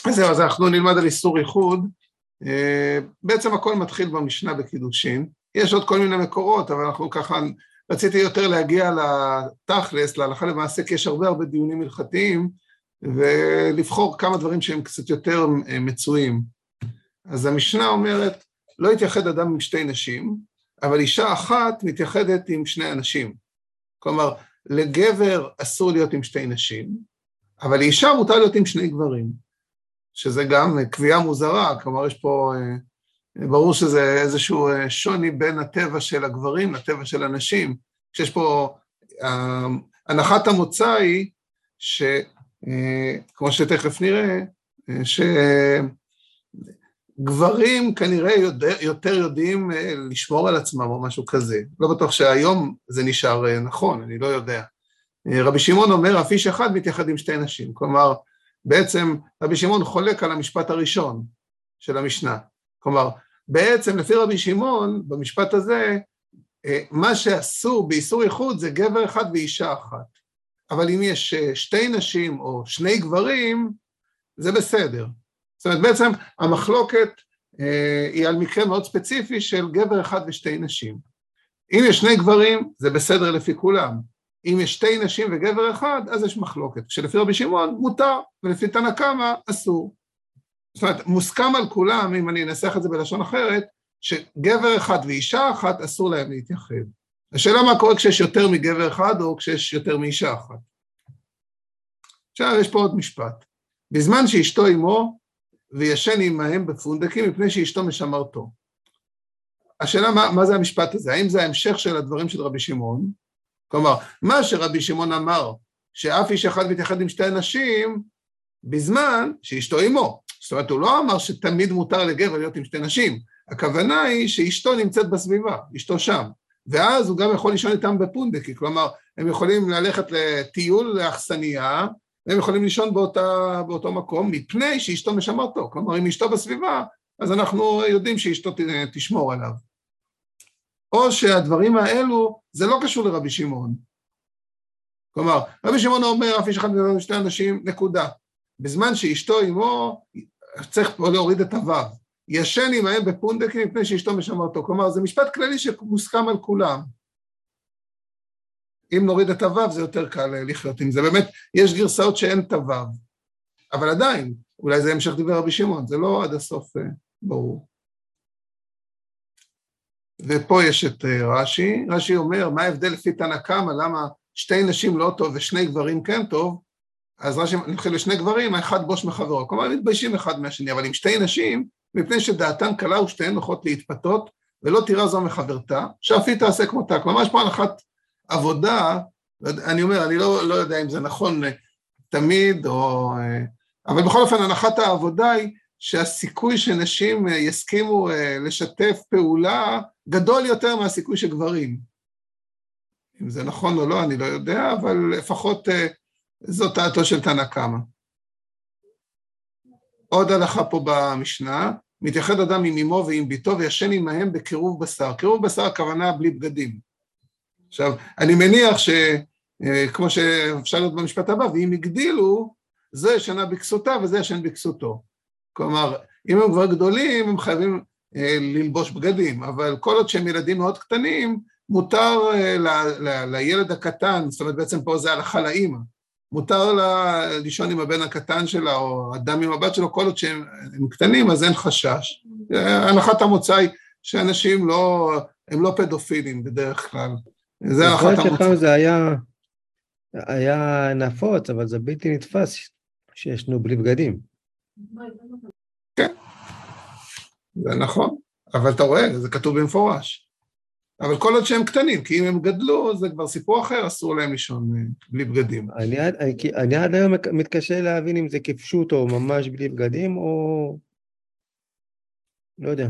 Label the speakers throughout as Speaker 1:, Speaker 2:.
Speaker 1: אז זהו, אז אנחנו נלמד על איסור ייחוד. בעצם הכל מתחיל במשנה בקידושין. יש עוד כל מיני מקורות, אבל אנחנו ככה, רציתי יותר להגיע לתכלס, להלכה למעשה, כי יש הרבה דיונים הלכתיים, ולבחור כמה דברים שהם קצת יותר מצויים. אז המשנה אומרת, לא יתייחד אדם עם שתי נשים, אבל אישה אחת מתייחדת עם שני אנשים. כלומר, לגבר אסור להיות עם שתי נשים, אבל לאישה מותר להיות עם שני גברים, שזה גם קביעה מוזרה, כלומר יש פה, ברור שזה איזשהו שוני בין הטבע של הגברים לטבע של הנשים, כשיש פה, הנחת המוצא היא, כמו שתכף נראה, שגברים כנראה יותר יודעים לשמור על עצמם או משהו כזה, לא בטוח שהיום זה נשאר נכון, אני לא יודע. רבי שמעון אומר, אף איש אחד מתייחד עם שתי נשים, כלומר, בעצם רבי שמעון חולק על המשפט הראשון של המשנה, כלומר, בעצם לפי רבי שמעון, במשפט הזה, מה שאסור באיסור ייחוד זה גבר אחד ואישה אחת, אבל אם יש שתי נשים או שני גברים, זה בסדר. זאת אומרת, בעצם המחלוקת היא על מקרה מאוד ספציפי של גבר אחד ושתי נשים. אם יש שני גברים, זה בסדר לפי כולם. אם יש שתי נשים וגבר אחד, אז יש מחלוקת. שלפי רבי שמעון מותר, ולפי תנא קמא אסור. זאת אומרת, מוסכם על כולם, אם אני אנסח את זה בלשון אחרת, שגבר אחד ואישה אחת אסור להם להתייחד. השאלה מה קורה כשיש יותר מגבר אחד, או כשיש יותר מאישה אחת. עכשיו, יש פה עוד משפט. בזמן שאשתו עמו, וישן עמהם בפונדקים, מפני שאשתו משמרתו. השאלה מה זה המשפט הזה? האם זה ההמשך של הדברים של רבי שמעון? כלומר, מה שרבי שמעון אמר, שאף איש אחד מתייחד עם שתי נשים, בזמן שאשתו עמו. זאת אומרת, הוא לא אמר שתמיד מותר לגבר להיות עם שתי נשים. הכוונה היא שאשתו נמצאת בסביבה, אשתו שם. ואז הוא גם יכול לישון איתם בפונדקי, כלומר, הם יכולים ללכת לטיול לאכסניה, והם יכולים לישון באותו מקום, מפני שאשתו משמרתו. כלומר, אם אשתו בסביבה, אז אנחנו יודעים שאשתו תשמור עליו. או שהדברים האלו, זה לא קשור לרבי שמעון. כלומר, רבי שמעון אומר, אף איש אחד מתייחד עם שתי אנשים, נקודה. בזמן שאשתו עמו, צריך פה להוריד את הוו. ישן עמהם בפונדקים מפני שאשתו משמרתו. כלומר, זה משפט כללי שמוסכם על כולם. אם נוריד את הוו, זה יותר קל לחיות עם זה. באמת, יש גרסאות שאין את הוו. אבל עדיין, אולי זה המשך דבר רבי שמעון, זה לא עד הסוף ברור. ופה יש את רש"י. רש"י אומר, מה ההבדל לפי תנא קמא, למה שתי נשים לא טוב ושני גברים כן טוב? אז רש"י נתחיל לשני גברים, האחד בוש מחברו. כלומר, הם מתביישים אחד מהשני, אבל עם שתי נשים, מפני שדעתן קלה ושתיהן נוחות להתפתות, ולא תירא זו מחברתה, שאף היא תעשה כמותה. כלומר, יש פה הנחת עבודה, אני אומר, אני לא יודע אם זה נכון תמיד, אבל בכל אופן, הנחת העבודה היא, שהסיכוי שנשים יסכימו לשתף פעולה, גדול יותר מהסיכוי שגברים. אם זה נכון או לא, אני לא יודע, אבל לפחות זאת דעתו של תנא קמא. עוד הלכה פה במשנה, מתייחד אדם עם אמו ועם ביתו, וישן עמהם בקירוב בשר. קירוב בשר הכוונה בלי בגדים. עכשיו, אני מניח שכמו שאפשר להיות במשפט הבא, ואם הגדילו, זה ישנה בכסותה וזה ישן בכסותו. כלומר, אם הם כבר גדולים, הם חייבים ללבוש בגדים, אבל כל עוד שהם ילדים מאוד קטנים, מותר לילד הקטן, זאת אומרת בעצם פה זה הלכה לאמא, מותר לה לישון עם הבן הקטן שלה, או אדם עם הבת שלו, כל עוד שהם קטנים, אז אין חשש. הנחת המוצא היא שאנשים הם לא פדופילים בדרך כלל. זה הנחת המוצא.
Speaker 2: זה היה נפוץ, אבל זה בלתי נתפס שישנו בלי בגדים.
Speaker 1: כן, זה נכון, אבל אתה רואה, זה כתוב במפורש. אבל כל עוד שהם קטנים, כי אם הם גדלו, זה כבר סיפור אחר, אסור להם לישון בלי בגדים.
Speaker 2: אני עד היום מתקשה להבין אם זה כפשוט או ממש בלי בגדים, או לא יודע.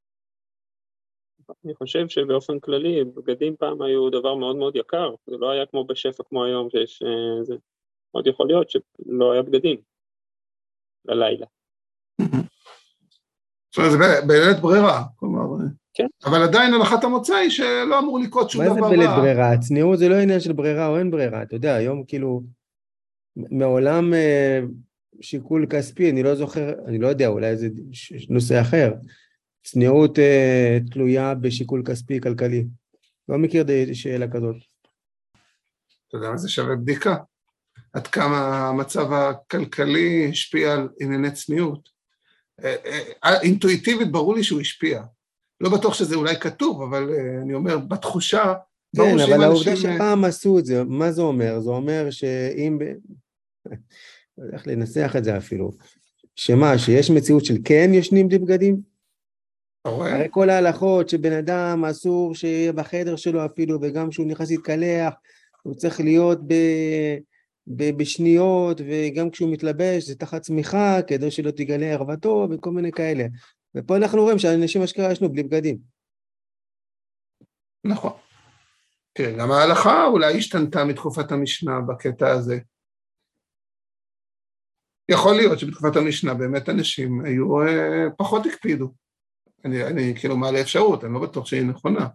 Speaker 3: אני חושב שבאופן כללי, בגדים פעם היו דבר מאוד מאוד יקר, זה לא היה כמו בשפע כמו היום, שיש זה. עוד יכול להיות שלא היה בגדים ללילה.
Speaker 1: זה באמת ברירה, כלומר,
Speaker 3: כן.
Speaker 1: אבל עדיין הנחת המוצא היא שלא אמור לקרות שום דבר רע.
Speaker 2: מה זה בלית ברירה? הצניעות זה לא עניין של ברירה או אין ברירה, אתה יודע, היום כאילו, מעולם שיקול כספי, אני לא זוכר, אני לא יודע, אולי זה נושא אחר. צניעות תלויה בשיקול כספי כלכלי. לא מכיר שאלה כזאת.
Speaker 1: אתה יודע מה זה שווה בדיקה? עד כמה המצב הכלכלי השפיע על ענייני צניעות. אינטואיטיבית ברור לי שהוא השפיע. לא בטוח שזה אולי כתוב, אבל אני אומר, בתחושה,
Speaker 2: כן, אבל העובדה שפעם עשו את זה, מה זה אומר? זה אומר שאם, איך לנסח את זה אפילו, שמה, שיש מציאות של כן ישנים בלי בגדים? הרי כל ההלכות שבן אדם אסור שיהיה בחדר שלו אפילו, וגם כשהוא נכנס להתקלח, הוא צריך להיות בשניות, וגם כשהוא מתלבש זה תחת צמיחה, כדי שלא תגלה ערוותו, וכל מיני כאלה. ופה אנחנו רואים שאנשים אשכרה ישנו בלי בגדים.
Speaker 1: נכון. תראה, גם ההלכה אולי השתנתה מתקופת המשנה בקטע הזה. יכול להיות שבתקופת המשנה באמת אנשים היו פחות הקפידו. אני כאילו מעלה אפשרות, אני לא בטוח שהיא נכונה.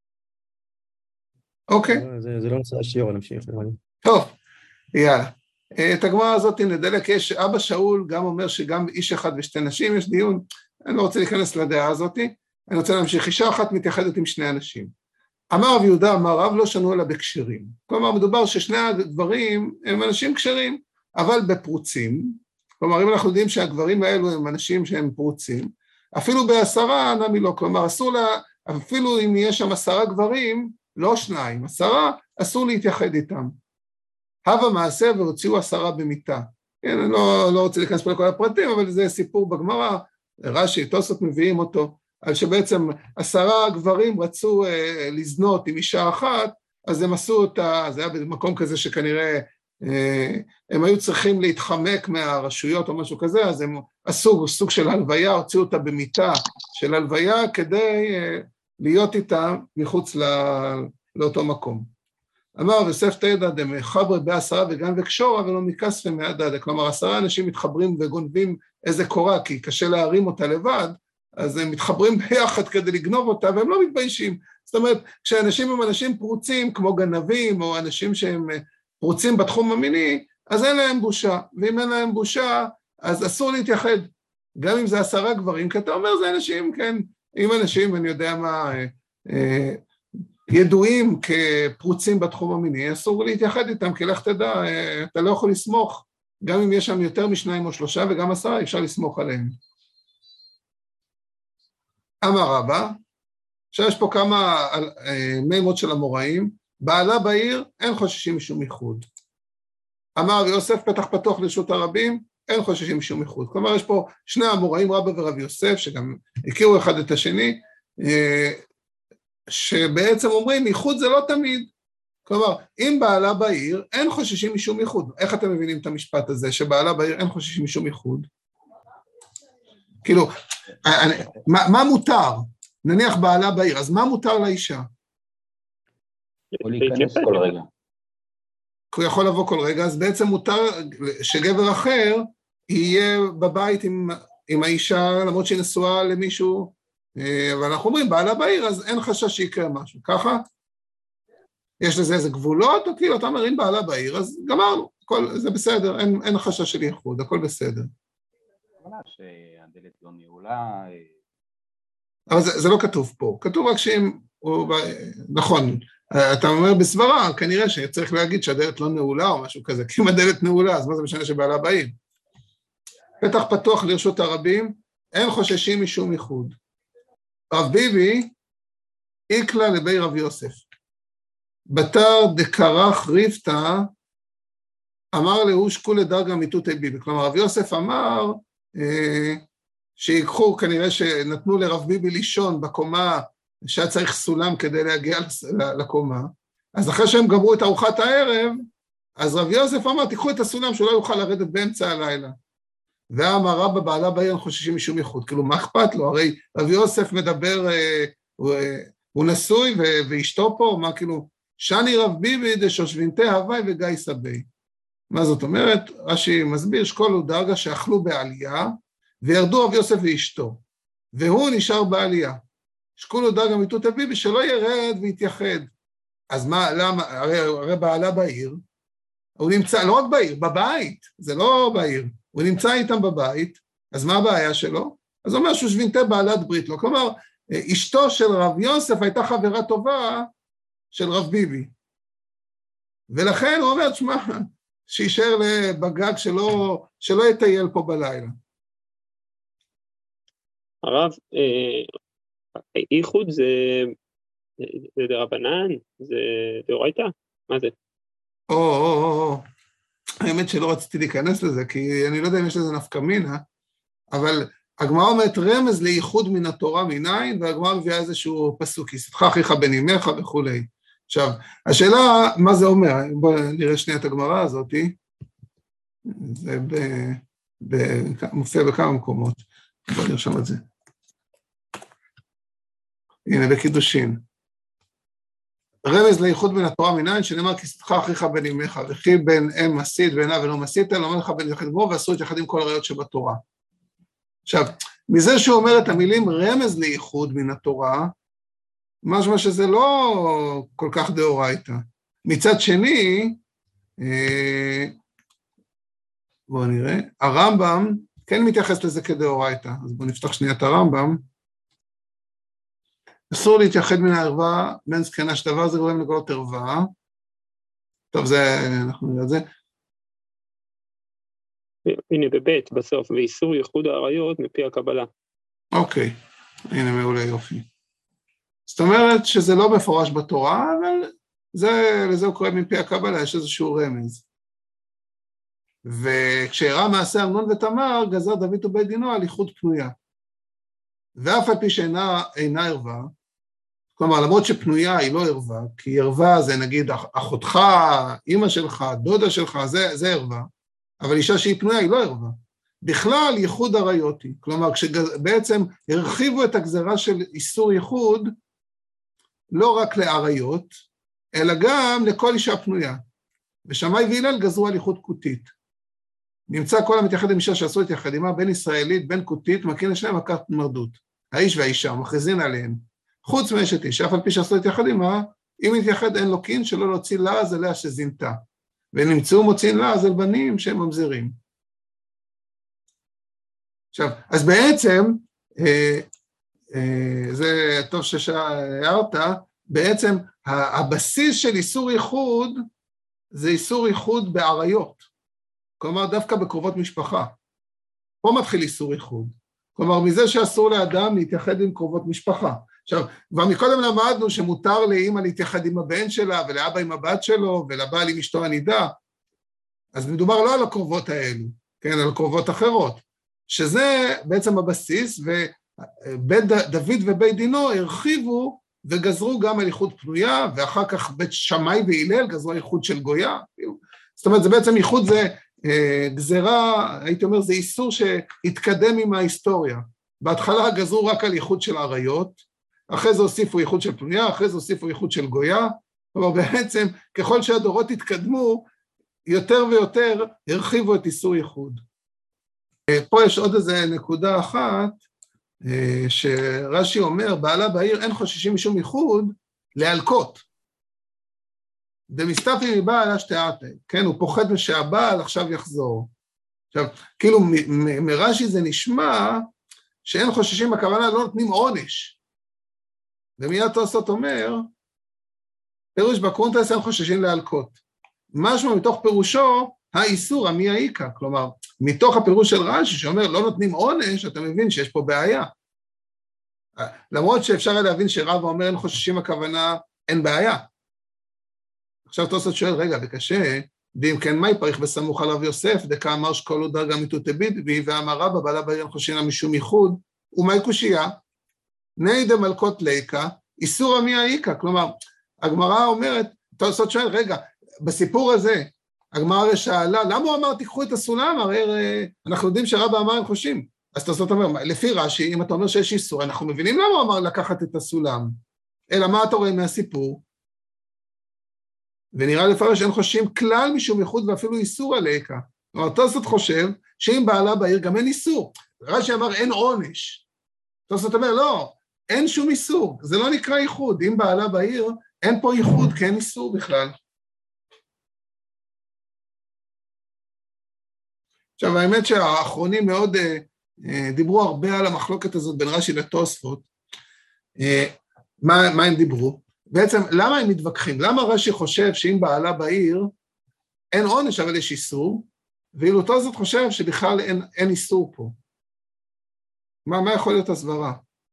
Speaker 1: אוקיי.
Speaker 2: זה לא נושא השיעור, נמשיך.
Speaker 1: טוב, יאללה. את הגמרא הזאת נדלק, יש אבא שאול גם אומר שגם איש אחד ושתי נשים, יש דיון, אני לא רוצה להיכנס לדעה הזאת, אני רוצה להמשיך, אישה אחת מתייחדת עם שני אנשים. אמר רב יהודה, אמר רב, לא שנו אלא בקשרים. כלומר, מדובר ששני הדברים הם אנשים קשרים, אבל בפרוצים. כלומר, אם אנחנו יודעים שהגברים האלו הם אנשים שהם פרוצים, אפילו בעשרה נמי לא, כלומר, אסור לה, אפילו אם יש שם 10 גברים, לא 2, 10, אסור להתייחד איתם. הווה מעשה והוציאו 10 במיטה. כן, אני לא רוצה להיכנס פה לכל הפרטים, אבל זה סיפור בגמרא, רש"י, תוספות מביאים אותו, על שבעצם 10 גברים רצו לזנות עם אישה אחת, אז הם עשו אותה, זה היה במקום כזה שכנראה הם היו צריכים להתחמק מהרשויות או משהו כזה, אז הם עשו סוג של הלוויה, הוציאו אותה במיטה של הלוויה, כדי להיות איתה מחוץ לאותו מקום. אמר יוסף תדע דמחבר ב10 וגם וקשורה ולא מכספי מהדדה, כלומר 10 אנשים מתחברים וגונבים איזה קורה, כי קשה להרים אותה לבד, אז הם מתחברים ביחד כדי לגנוב אותה, והם לא מתביישים. זאת אומרת, כשאנשים הם אנשים פרוצים, כמו גנבים, או אנשים שהם פרוצים בתחום המיני, אז אין להם בושה, ואם אין להם בושה, אז אסור להתייחד, גם אם זה 10 גברים, כי אתה אומר, זה אנשים, כן, אם אנשים, אני יודע מה, ידועים כפרוצים בתחום המיני, אסור להתייחד איתם, כי לך תדע, אתה לא יכול לסמוך, גם אם יש שם יותר מ2 או 3, וגם 10, אפשר לסמוך עליהם. אמר רבא, עכשיו יש פה כמה מימות של המוראים, בעלה בעיר, אין חוששים משום ייחוד. אמר יוסף, פתח פתוח לרשות הרבים, אין חוששים משום ייחוד. כלומר, יש פה שני המוראים, רבא ורב יוסף, שגם הכירו אחד את השני, שבעצם אומרים, ייחוד זה לא תמיד. כלומר, אם בעלה בעיר, אין חוששים משום ייחוד. איך אתם מבינים את המשפט הזה, שבעלה בעיר אין חוששים משום ייחוד? כאילו, מה מותר? נניח בעלה בעיר, אז מה מותר לאישה?
Speaker 4: או להיכנס כל רגע.
Speaker 1: הוא יכול לבוא כל רגע, אז בעצם מותר שגבר אחר יהיה בבית עם האישה, למרות שהיא נשואה למישהו, אבל אנחנו אומרים, בעלה בעיר, אז אין חשש שיקרה משהו, ככה? יש לזה איזה גבולות, או כאילו, אתה אומר, אם בעלה בעיר, אז גמרנו, זה בסדר, אין חשש של ייחוד, הכל בסדר.
Speaker 4: שהדלת לא נעולה.
Speaker 1: אבל זה לא כתוב פה, כתוב רק שאם, נכון, אתה אומר בסברה, כנראה שצריך להגיד שהדלת לא נעולה או משהו כזה, כי אם הדלת נעולה, אז מה זה משנה שבעלה בעיר? פתח פתוח לרשות הרבים, אין חוששים משום ייחוד. רב ביבי, איקלה לבי רב יוסף. בתר דקרח ריפתא, אמר להוא שקול לדרגה מיתותי ביבי. כלומר, רב יוסף אמר, שיקחו, כנראה שנתנו לרב ביבי לישון בקומה, שהיה צריך סולם כדי להגיע לקומה, אז אחרי שהם גמרו את ארוחת הערב, אז רב יוסף אמר, תיקחו את הסולם שלא יוכל לרדת באמצע הלילה. ואמר רבא בעלה בעיר חוששים משום ייחוד, כאילו מה אכפת לו? הרי רב יוסף מדבר, הוא נשוי ואשתו פה, מה כאילו, שני רב ביבי דשושבינתי הווי וגיא סבי. מה זאת אומרת? רש"י מסביר שכל הוא דרגה שאכלו בעלייה, וירדו רב יוסף ואשתו, והוא נשאר בעלייה. שקולו דרגה מיתות הביבי שלא ירד ויתייחד. אז מה, למה? הרי בעלה בעיר, הוא נמצא לא רק בעיר, בבית, זה לא בעיר, הוא נמצא איתם בבית, אז מה הבעיה שלו? אז הוא אומר שהוא שבינתי בעלת ברית לו, כלומר, אשתו של רב יוסף הייתה חברה טובה של רב ביבי, ולכן הוא אומר, תשמע, שישאר בגג שלא יטייל פה בלילה.
Speaker 3: הרב, איחוד זה דרבנן? זה דאורייתא? מה זה?
Speaker 1: האמת שלא רציתי להיכנס לזה, כי אני לא יודע אם יש לזה נפקא מינה, אבל הגמרא אומרת רמז לייחוד מן התורה מניין, והגמרא מביאה איזשהו פסוק, יששתך אחיך בן אמך וכולי. עכשיו, השאלה, מה זה אומר? בואו נראה שנייה את הגמרא הזאת, זה מופיע בכמה מקומות, בואו נרשום את זה. הנה, בקידושין. רמז לייחוד מן התורה מניין, שנאמר, כי יששתך אחיך בן אמך, וכי בן אם מסית ואינה ולא מסית, אלא אומר לך בן יחד בו, ועשו את יחד עם כל הראיות שבתורה. עכשיו, מזה שהוא אומר את המילים רמז לייחוד מן התורה, משמע שזה לא כל כך דאורייתא. מצד שני, בואו נראה, הרמב"ם כן מתייחס לזה כדאורייתא, אז בואו נפתח שנייה את הרמב"ם. אסור להתייחד מן הערווה בין זקנה שדבר, זה גורם לגלות ערווה. טוב, זה, אנחנו נראה את זה.
Speaker 3: הנה בבית בסוף, ואיסור ייחוד העריות מפי הקבלה.
Speaker 1: אוקיי, הנה מעולה יופי. זאת אומרת שזה לא מפורש בתורה, אבל לזה הוא קורא מפי הקבלה, יש איזשהו רמז. וכשהראה מעשה אמנון ותמר, גזר דוד ובית דינו על ייחוד פנויה. ואף על פי שאינה ערווה, כלומר, למרות שפנויה היא לא ערווה, כי ערווה זה נגיד אחותך, אמא שלך, דודה שלך, זה ערווה, אבל אישה שהיא פנויה היא לא ערווה. בכלל ייחוד עריות היא, כלומר, כשבעצם הרחיבו את הגזרה של איסור ייחוד, לא רק לעריות, אלא גם לכל אישה פנויה. ושמאי והלל גזרו על ייחוד כותית. נמצא כל המתייחד עם אישה שעשו את יחד עמה, בין ישראלית, בין כותית, מכין לשניהם מכת מרדות. האיש והאישה, מכריזין עליהם. חוץ מאשת איש, אף על פי שעשו את יחד עמה, אם מתייחד אין לו קין, שלא להוציא לעז עליה שזינתה. ונמצאו מוציאים לעז על בנים שהם ממזרים. עכשיו, אז בעצם, זה טוב שהערת, בעצם הבסיס של איסור ייחוד, זה איסור ייחוד בעריות. כלומר, דווקא בקרובות משפחה. פה מתחיל איסור ייחוד. כלומר, מזה שאסור לאדם להתייחד עם קרובות משפחה. עכשיו, כבר מקודם למדנו שמותר לאמא להתייחד עם הבן שלה, ולאבא עם הבת שלו, ולבעל עם אשתו הנידה. אז מדובר לא על הקרובות האלו, כן, על קרובות אחרות. שזה בעצם הבסיס, ובית דוד ובית דינו הרחיבו וגזרו גם על ייחוד פנויה, ואחר כך בית שמאי והלל גזרו על ייחוד של גויה. זאת אומרת, זה בעצם ייחוד זה גזרה, הייתי אומר, זה איסור שהתקדם עם ההיסטוריה. בהתחלה גזרו רק על ייחוד של עריות, אחרי זה הוסיפו ייחוד של פנויה, אחרי זה הוסיפו ייחוד של גויה, אבל בעצם ככל שהדורות התקדמו, יותר ויותר הרחיבו את איסור ייחוד. פה יש עוד איזה נקודה אחת, שרש"י אומר, בעלה בעיר אין חוששים משום ייחוד, להלקות. דמסתפי מבעל אשתעתה, כן, הוא פוחד שהבעל עכשיו יחזור. עכשיו, כאילו מרש"י זה נשמע, שאין חוששים, הכוונה לא נותנים עונש. ומיד תוספות אומר, פירוש בקרונטס אין חוששים להלקות. משהו מתוך פירושו, האיסור המי העיקה, כלומר, מתוך הפירוש של רש"י שאומר, לא נותנים עונש, אתה מבין שיש פה בעיה. למרות שאפשר להבין שרבא אומר, אין חוששים, הכוונה, אין בעיה. עכשיו תוספות שואל, רגע, וקשה, ואם כן, מה יפריך בסמוך על רב יוסף, דקה אמר שכל עוד דרגה מתותביד בי, ואמר רבא, בעלה בעיר אין חוששים משום ייחוד, ומהי קושייה? נידה מלכות ליקה, איסור המי העיקה, כלומר, הגמרא אומרת, תוספות שואל, רגע, בסיפור הזה, הגמרא הרי שאלה, למה הוא אמר, תיקחו את הסולם, הרי אנחנו יודעים שרבא אמר אין חוששים, אז תוספות אומר, לפי רש"י, אם אתה אומר שיש איסור, אנחנו מבינים למה הוא אמר לקחת את הסולם, אלא מה אתה רואה מהסיפור? ונראה לפרש אין חוששים כלל משום ייחוד ואפילו איסור הליקה. כלומר, תוספות חושב שאם בעלה בעיר גם אין איסור. רש"י אמר אין עונש. תוספות אומר לא, אין שום איסור, זה לא נקרא ייחוד. אם בעלה בעיר אין פה ייחוד, כי אין איסור בכלל. עכשיו, האמת שהאחרונים מאוד דיברו הרבה על המחלוקת הזאת בין רש"י לתוספות. מה הם דיברו? בעצם, למה הם מתווכחים? למה רש"י חושב שאם בעלה בעיר, אין עונש, אבל יש איסור, ואילו תוספות חושב שבכלל אין איסור פה? מה יכול להיות הסברה?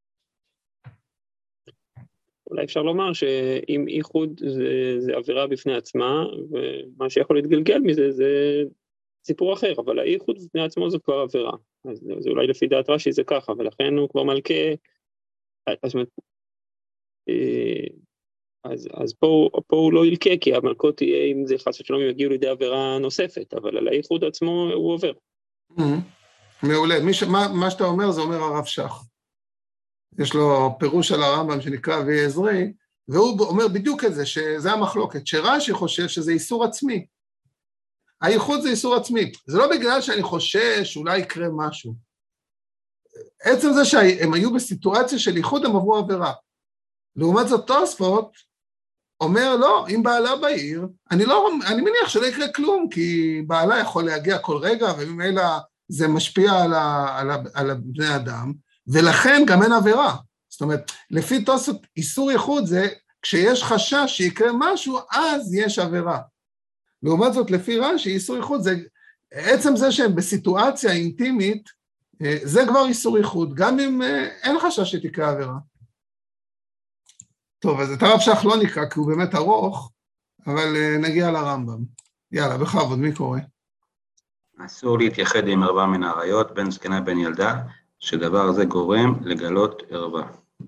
Speaker 3: אולי אפשר לומר שאם איחוד זה עבירה בפני עצמה, ומה שיכול להתגלגל מזה זה סיפור אחר, אבל האיחוד בפני עצמו זה כבר עבירה. אז זה אולי לפי דעת רש"י זה ככה, ולכן הוא כבר מלכה, אז פה הוא לא ילכה, כי המלכות תהיה, אם זה חס ושלום, יגיעו לידי עבירה נוספת, אבל על האיחוד עצמו הוא עובר.
Speaker 1: מעולה. מה שאתה אומר, זה אומר הרב שך. יש לו פירוש על הרמב"ם שנקרא אבי עזרי, והוא אומר בדיוק את זה, שזה המחלוקת, שרש"י חושב שזה איסור עצמי. האיחוד זה איסור עצמי. זה לא בגלל שאני חושש שאולי יקרה משהו. עצם זה שהם היו בסיטואציה של איחוד, הם עברו עבירה. לעומת זאת תוספות, אומר לא, אם בעלה בעיר, אני מניח שלא יקרה כלום, כי בעלה יכול להגיע כל רגע, וממילא זה משפיע על בני אדם, ולכן גם אין עבירה. זאת אומרת, לפי תוספות, איסור איחוד זה, כשיש חשש שיקרה משהו, אז יש עבירה. לעומת זאת, לפי רש"י, איסור איחוד זה, עצם זה שהם בסיטואציה אינטימית, זה כבר איסור איחוד, גם אם אין חשש שתקרה עבירה. טוב, אז את הרב שך לא נקרא, כי הוא באמת ארוך, אבל נגיע לרמב"ם. יאללה, בכבוד, מי קורא?
Speaker 4: אסור להתייחד עם ערווה מן העריות, בין זקנה בין ילדה, שדבר זה גורם לגלות ערווה.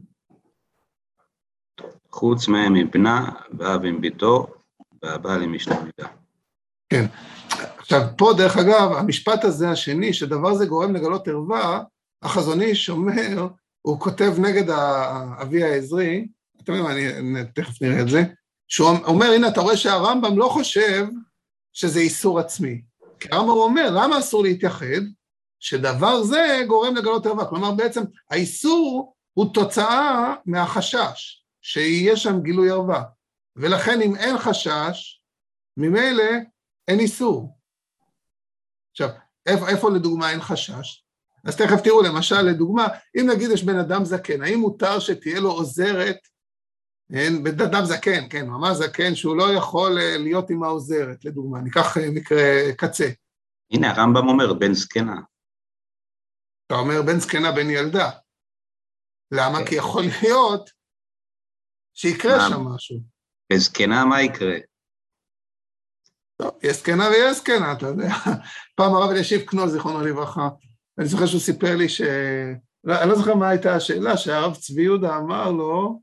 Speaker 4: חוץ מהם עם בנה, ואב עם ביתו, והבעל עם אשתו מידה.
Speaker 1: כן. עכשיו, פה דרך אגב, המשפט הזה השני, שדבר זה גורם לגלות ערווה, החזון איש אומר, הוא כותב נגד אבי העזרי, אתם יודעים, תכף נראה את זה, שהוא אומר, הנה, אתה רואה שהרמב"ם לא חושב שזה איסור עצמי. כי הרמב"ם אומר, למה אסור להתייחד? שדבר זה גורם לגלות ערווה. כלומר, בעצם, האיסור הוא תוצאה מהחשש, שיהיה שם גילוי ערווה. ולכן, אם אין חשש, ממילא אין איסור. עכשיו, איפה לדוגמה אין חשש? אז תכף תראו, למשל, לדוגמה, אם נגיד יש בן אדם זקן, האם מותר שתהיה לו עוזרת, בן אדם זקן, כן, ממש זקן, שהוא לא יכול להיות עם העוזרת, לדוגמה, ניקח מקרה קצה.
Speaker 4: הנה, הרמב"ם אומר, בן זקנה.
Speaker 1: אתה אומר, בן זקנה, בן ילדה. למה? כי יכול להיות שיקרה שם משהו.
Speaker 4: בזקנה, מה יקרה?
Speaker 1: טוב, יש זקנה ויש זקנה, אתה יודע. פעם הרב אלישיב קנול, זיכרונו לברכה, אני זוכר שהוא סיפר לי אני לא זוכר מה הייתה השאלה, שהרב צבי יהודה אמר לו,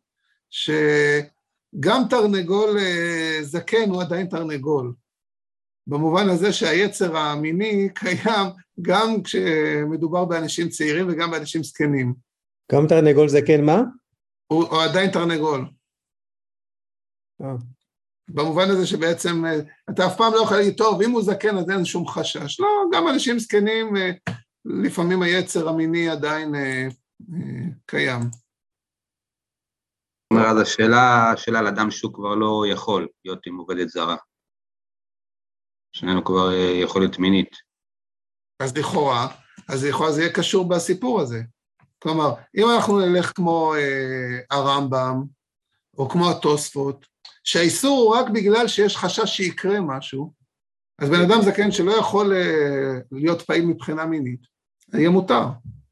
Speaker 1: שגם תרנגול זקן הוא עדיין תרנגול. במובן הזה שהיצר המיני קיים גם כשמדובר באנשים צעירים וגם באנשים זקנים.
Speaker 2: גם תרנגול זקן מה?
Speaker 1: הוא עדיין תרנגול. במובן הזה שבעצם אתה אף פעם לא יכול להגיד, טוב, אם הוא זקן אז אין שום חשש. לא, גם אנשים זקנים, לפעמים היצר המיני עדיין קיים.
Speaker 4: זאת אומרת, אז השאלה על אדם שהוא כבר לא יכול להיות עם עובדת זרה. שנינו כבר יכול להיות מינית.
Speaker 1: אז לכאורה זה יהיה קשור בסיפור הזה. כלומר, אם אנחנו נלך כמו הרמב"ם, או כמו התוספות, שהאיסור הוא רק בגלל שיש חשש שיקרה משהו, אז בן אדם זקן שלא יכול להיות פעיל מבחינה מינית, יהיה מותר.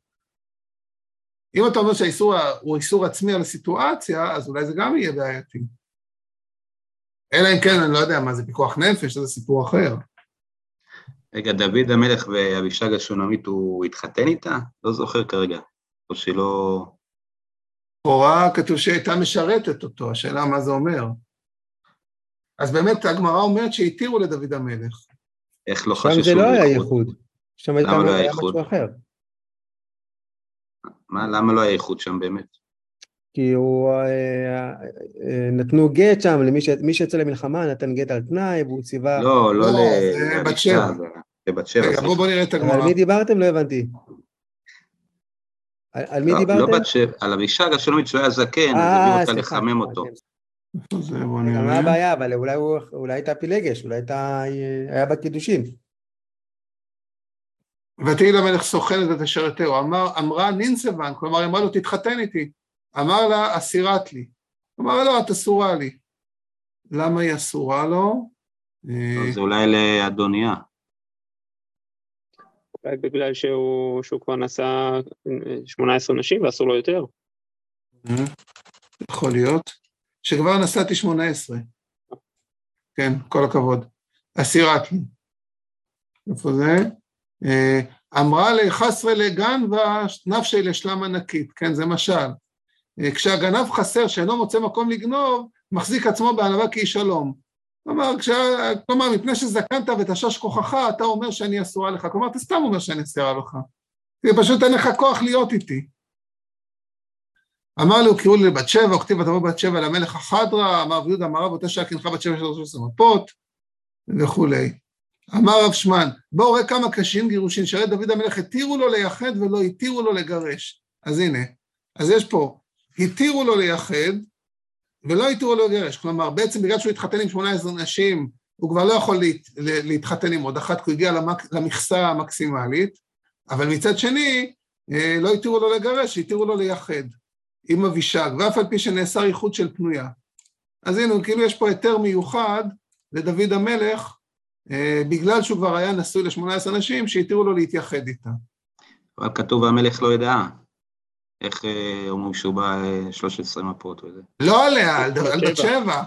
Speaker 1: אם אתה אומר שהאיסור הוא איסור עצמי על הסיטואציה, אז אולי זה גם יהיה בעייתי. אלא אם כן, אני לא יודע מה זה פיקוח נפש, זה סיפור אחר.
Speaker 4: רגע, דוד המלך ואבישג השונמית, הוא התחתן איתה? לא זוכר כרגע. או שלא...
Speaker 1: הוראה כתוב שהייתה משרתת אותו, השאלה מה זה אומר. אז באמת הגמרא אומרת שהתירו לדוד המלך.
Speaker 4: איך לא חששו?
Speaker 2: שם זה לא היה ייחוד. שם היה משהו אחר.
Speaker 4: למה לא היה ייחוד שם באמת?
Speaker 2: כי נתנו גט שם, מי שיצא למלחמה נתן גט על תנאי, והוא ציווה...
Speaker 4: לא,
Speaker 1: זה בת שבע.
Speaker 4: זה בת שבע.
Speaker 1: רגע, בואו נראה את הגמרא.
Speaker 2: על מי דיברתם? לא הבנתי. על מי דיברתם?
Speaker 4: לא בת שבע, על אבישג השונמית שהוא היה זקן, אז הביאו אותה לחמם אותו.
Speaker 2: מה הבעיה? אבל אולי הייתה פילגש, אולי היה בה קידושין.
Speaker 1: ותהי למלך סוכנת ותשרתהו, אמרה נינסבן, כלומר אמרה לו תתחתן איתי, אמר לה אסירת לי, אמר לו את אסורה לי, למה היא אסורה לו?
Speaker 4: זה אולי לאדוניה.
Speaker 3: בגלל שהוא כבר נשא 18 נשים ואסור לו יותר.
Speaker 1: יכול להיות, שכבר נשאתי 18, כן, כל הכבוד, אסירת לי, איפה זה? אמרה לחסרה לגן ונפשי לשלם ענקית, כן, זה משל. כשהגנב חסר שאינו מוצא מקום לגנוב, מחזיק עצמו בענווה כאיש שלום. כלומר, מפני שזקנת ותשש כוחך, אתה אומר שאני אסורה לך. כלומר, אתה סתם אומר שאני אסורה לך. כי פשוט אין לך כוח להיות איתי. אמר לו, קראו לי בת שבע, וכתיב ותבוא בת שבע למלך החדרה, אמר ויהודה, אמר רב אותה שהקינך בת שבע 13 מפות, וכולי. אמר רב שמן, בואו ראה כמה קשים גירושין, שהרי דוד המלך התירו לו לייחד ולא התירו לו לגרש. אז הנה, אז יש פה, התירו לו לייחד ולא התירו לו לגרש. כלומר, בעצם בגלל שהוא התחתן עם 18 נשים, הוא כבר לא יכול להתחתן עם עוד אחת, כי הוא הגיע למכסה המקסימלית, אבל מצד שני, לא התירו לו לגרש, התירו לו לייחד עם אבישג, ואף על פי שנאסר ייחוד של פנויה. אז הנה, כאילו יש פה היתר מיוחד לדוד המלך, בגלל שהוא כבר היה נשוי ל-18 אנשים, שהתירו לו להתייחד איתה.
Speaker 4: אבל כתוב, המלך לא ידע. איך אומרים שהוא בא 13 מפות וזה?
Speaker 1: לא עליה, על בת שבע.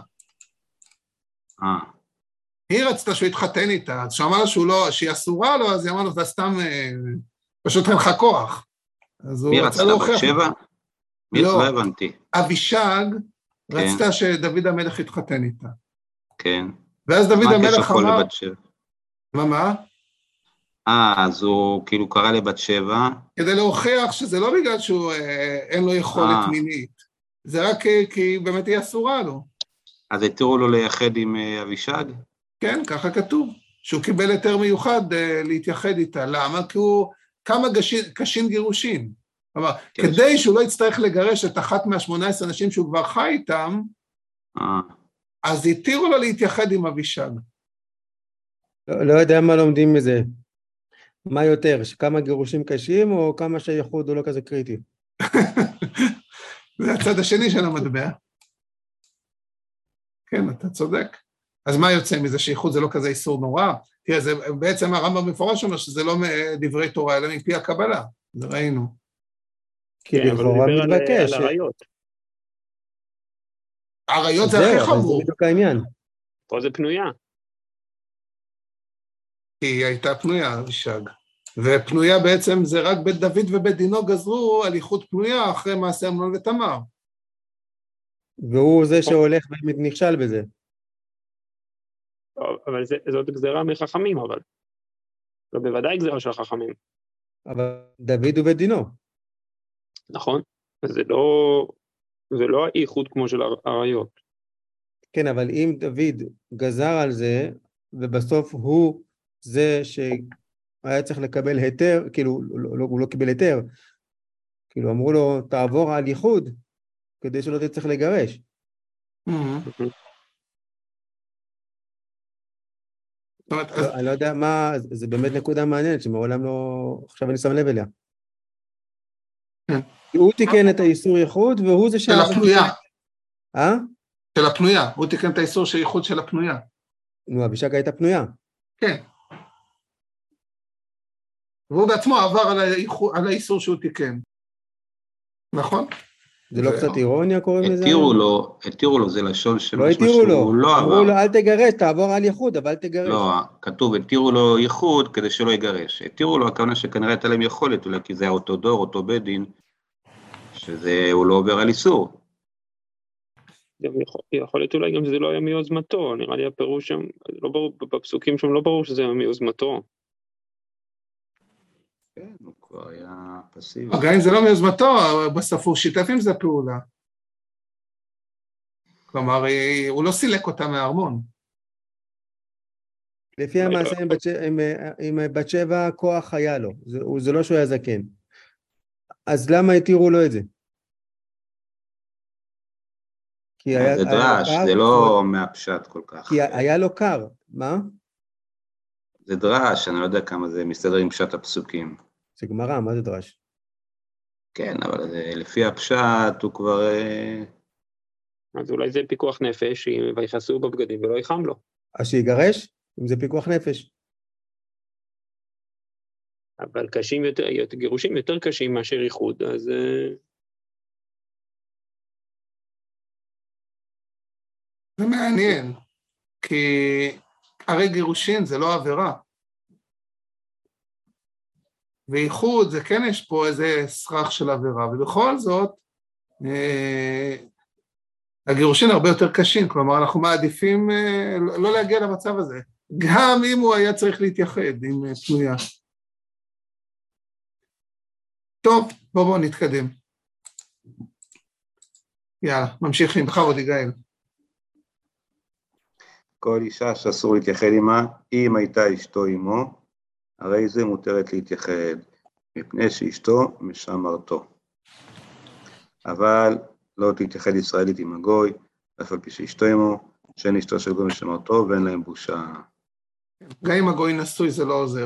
Speaker 1: היא רצתה שהוא יתחתן איתה, אז שאמר לה שהיא אסורה לו, אז היא אמרה לו, אתה סתם, פשוט אין לך כוח.
Speaker 4: מי רצתה בת שבע? לא הבנתי.
Speaker 1: אבישג רצתה שדוד המלך יתחתן איתה.
Speaker 4: כן.
Speaker 1: ואז דוד המלך אמר...
Speaker 4: לבת שבע?
Speaker 1: מה?
Speaker 4: אז הוא כאילו קרא לבת שבע.
Speaker 1: כדי להוכיח שזה לא בגלל שהוא אין לו יכולת מינית, זה רק כי באמת היא אסורה לו.
Speaker 4: אז התירו לו לייחד עם אבישג?
Speaker 1: כן, ככה כתוב, שהוא קיבל היתר מיוחד להתייחד איתה. למה? כי הוא כמה קשים גירושים. כלומר, כדי שהוא לא יצטרך לגרש את אחת מה-18 אנשים שהוא כבר חי איתם, אז התירו לו להתייחד עם אבישג.
Speaker 2: לא יודע מה לומדים מזה. מה יותר, כמה גירושים קשים או כמה שהייחוד הוא לא כזה קריטי?
Speaker 1: זה הצד השני של המטבע. כן, אתה צודק. אז מה יוצא מזה שייחוד זה לא כזה איסור נורא? תראה, זה בעצם הרמב"ם מפורש אומר שזה לא דברי תורה, אלא מפי הקבלה. זה ראינו.
Speaker 2: כי לכאורה מתבקש.
Speaker 1: עריות זה הכי חמור.
Speaker 2: זה בדיוק העניין.
Speaker 3: פה זה פנויה.
Speaker 1: היא הייתה פנויה, אבישג. ופנויה בעצם זה רק בית דוד ובית דינו גזרו על ייחוד פנויה אחרי מעשה אמנון ותמר.
Speaker 2: והוא זה שהולך ונכשל בזה.
Speaker 3: אבל זאת גזרה מחכמים, אבל. זה בוודאי גזרה של החכמים.
Speaker 2: אבל דוד ובית דינו.
Speaker 3: נכון. זה לא הייחוד כמו של עריות.
Speaker 2: כן, אבל אם דוד גזר על זה, ובסוף הוא זה שהיה צריך לקבל היתר, כאילו הוא לא קיבל היתר, כאילו אמרו לו תעבור על ייחוד, כדי שלא תצטרך לגרש. אני לא יודע מה, זה באמת נקודה מעניינת, שמעולם לא, עכשיו אני שם לב אליה. הוא תיקן את האיסור ייחוד, והוא זה
Speaker 1: של הפנויה.
Speaker 2: של
Speaker 1: הפנויה, הוא תיקן את האיסור של ייחוד של הפנויה.
Speaker 2: נו, אבישג הייתה פנויה.
Speaker 1: כן. והוא בעצמו עבר על האיסור שהוא תיקן. נכון?
Speaker 2: זה לא קצת אירוניה קוראים לזה?
Speaker 4: התירו לו, זה לשון של
Speaker 2: לא התירו לו, אמרו לו אל תגרש, תעבור על ייחוד, אבל אל תגרש.
Speaker 4: לא, כתוב, התירו לו ייחוד כדי שלא יגרש. התירו לו, הכוונה שכנראה הייתה להם יכולת, אולי כי זה היה אותו דור, אותו בית דין, שהוא לא עובר על איסור.
Speaker 3: יכול להיות אולי גם שזה לא היה מיוזמתו, נראה לי הפירוש שם, לא ברור, בפסוקים שם לא ברור שזה היה מיוזמתו.
Speaker 4: כן, הוא כבר היה פסיבי.
Speaker 1: גם אם זה לא מיוזמתו, בסוף הוא שיתף עם זה פעולה. כלומר, הוא לא סילק אותה מהארמון.
Speaker 2: לפי המעשה עם בת שבע, כוח היה לו, זה לא שהוא היה זקן. אז למה התירו לו את זה?
Speaker 4: זה דרש, זה לא מהפשט כל כך.
Speaker 2: כי היה לו קר, מה?
Speaker 4: זה דרש, אני לא יודע כמה זה מסתדר עם פשט הפסוקים.
Speaker 2: זה גמרא, מה זה דרש?
Speaker 4: כן, אבל לפי הפשט הוא כבר...
Speaker 3: אז אולי זה פיקוח נפש, ויכעסו בבגדים ולא יחם לו.
Speaker 2: אז שיגרש, אם זה פיקוח נפש.
Speaker 3: אבל קשים יותר, גירושים יותר קשים מאשר איחוד, אז...
Speaker 1: זה מעניין, כי הרי גירושין זה לא עבירה. ואיחוד זה כן יש פה איזה סרח של עבירה, ובכל זאת, הגירושין הרבה יותר קשים, כלומר אנחנו מעדיפים לא להגיע למצב הזה, גם אם הוא היה צריך להתייחד עם פנויה. טוב, בואו נתקדם. יאללה, ממשיכים, בכבוד יגאל.
Speaker 4: כל אישה שאסור להתייחד עמה, אם הייתה אשתו עמו, הרי זה מותרת להתייחד, מפני שאשתו משמרתו. אבל לא תתייחד ישראלית עם הגוי, אף על פי שאשתו עמו, שאין אשתו של גוי משמרתו, ואין להם בושה.
Speaker 1: גם אם הגוי נשוי זה לא עוזר.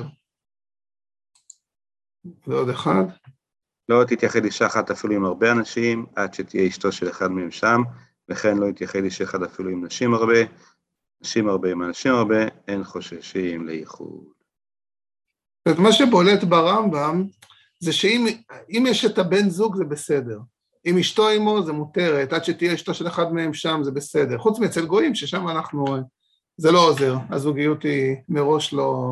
Speaker 1: ועוד אחד. לא
Speaker 4: תתייחד אישה אחת אפילו עם הרבה אנשים, עד שתהיה אשתו של אחד מהם שם, וכן לא תתייחד איש אחד אפילו עם נשים הרבה, נשים הרבה עם אנשים הרבה, אין חוששים לייחוד.
Speaker 1: זאת מה שבולט ברמב"ם, זה שאם יש את הבן זוג זה בסדר. אם אשתו עמו זה מותרת, עד שתהיה אשתו של אחד מהם שם זה בסדר. חוץ מאצל גויים ששם זה לא עוזר. הזוגיות היא מראש